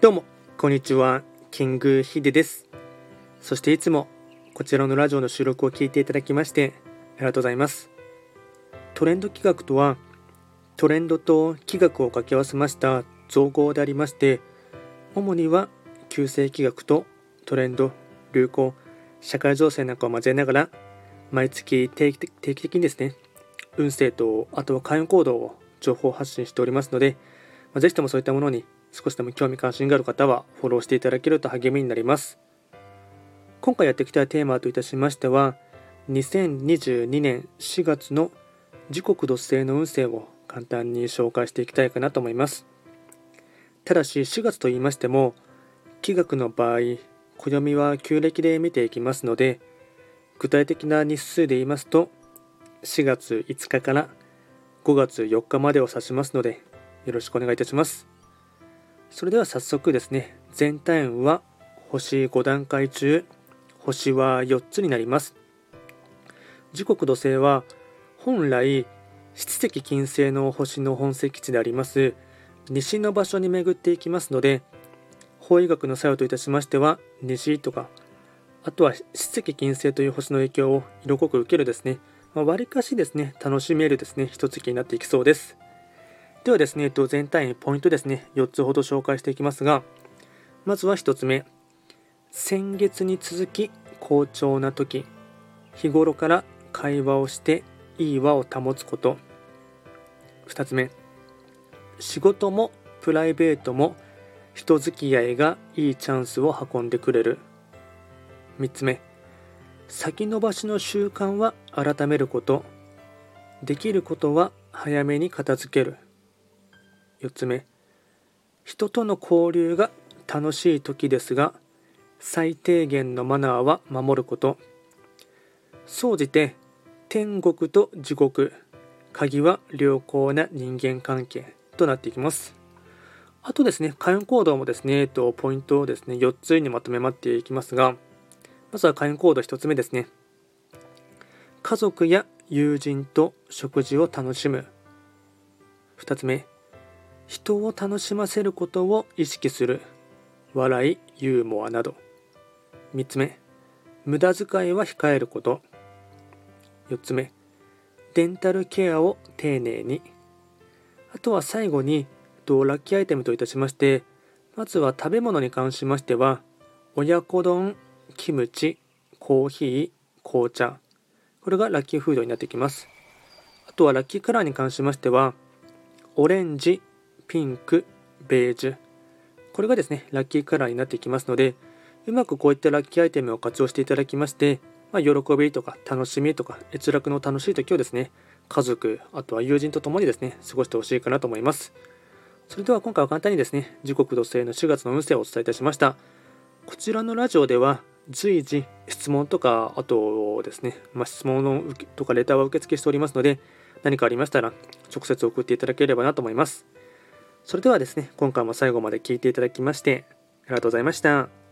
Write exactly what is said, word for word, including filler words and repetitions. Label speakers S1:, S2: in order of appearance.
S1: どうもこんにちは、キングヒデです。そしていつもこちらのラジオの収録を聞いていただきましてありがとうございます。トレンド企画とは、トレンドと企画を掛け合わせました造語でありまして、主には旧世企画とトレンド、流行、社会情勢なんかを交えながら、毎月定期定期的にですね、運勢とあとは開運行動を情報発信しておりますので、まあ、ぜひともそういったものに少しでも興味関心がある方はフォローしていただけると励みになります。今回やっていきたいテーマといたしましては、にせんにじゅうにねんしがつの時刻土星の運勢を簡単に紹介していきたいかなと思います。ただししがつと言いましても、気学の場合、暦は旧暦で見ていきますので、具体的な日数で言いますと、しがついつかからごがつよっかまでを指しますので、よろしくお願いいたします。それでは早速ですね、全体運は星ご段階中、星はよっつになります。時刻土星は本来七石金星の星の本石地であります西の場所に巡っていきますので、法医学の作用といたしましては西とか、あとは七石金星という星の影響を色濃く受けるですね、まあ、割かしですね楽しめるですね一月になっていきそうです。ではですね、全体にポイントですね、よっつほど紹介していきますが、まずはひとつめ、先月に続き好調な時、日頃から会話をしていい輪を保つこと。ふたつめ、仕事もプライベートも人付き合いがいいチャンスを運んでくれる。みっつめ、先延ばしの習慣は改めること。できることは早めに片付ける。よっつめ、人との交流が楽しい時ですが、最低限のマナーは守ること。総じて天国と地獄、鍵は良好な人間関係となっていきます。あとですね、開運行動もですね、えっと、ポイントをですね、よっつにまとめまっていきますが、まずは開運行動ひとつめですね。家族や友人と食事を楽しむ。ふたつめ、人を楽しませることを意識する。笑い、ユーモアなど。みっつめ、無駄遣いは控えること。よっつめ、デンタルケアを丁寧に。あとは最後に、ラッキーアイテムといたしまして、まずは食べ物に関しましては、親子丼、キムチ、コーヒー、紅茶。これがラッキーフードになってきます。あとはラッキーカラーに関しましては、オレンジ、ピンク、ベージュ。これがですね、ラッキーカラーになっていきますので、うまくこういったラッキーアイテムを活用していただきまして、まあ、喜びとか楽しみとか閲楽の楽しい時をですね、家族、あとは友人と共にですね、過ごしてほしいかなと思います。それでは今回は簡単にですね、時刻土星のしがつの運勢をお伝えいたしました。こちらのラジオでは随時質問とか、あとですね、まあ、質問のとかレターは受付しておりますので、何かありましたら直接送っていただければなと思います。それではですね、今回も最後まで聞いていただきましてありがとうございました。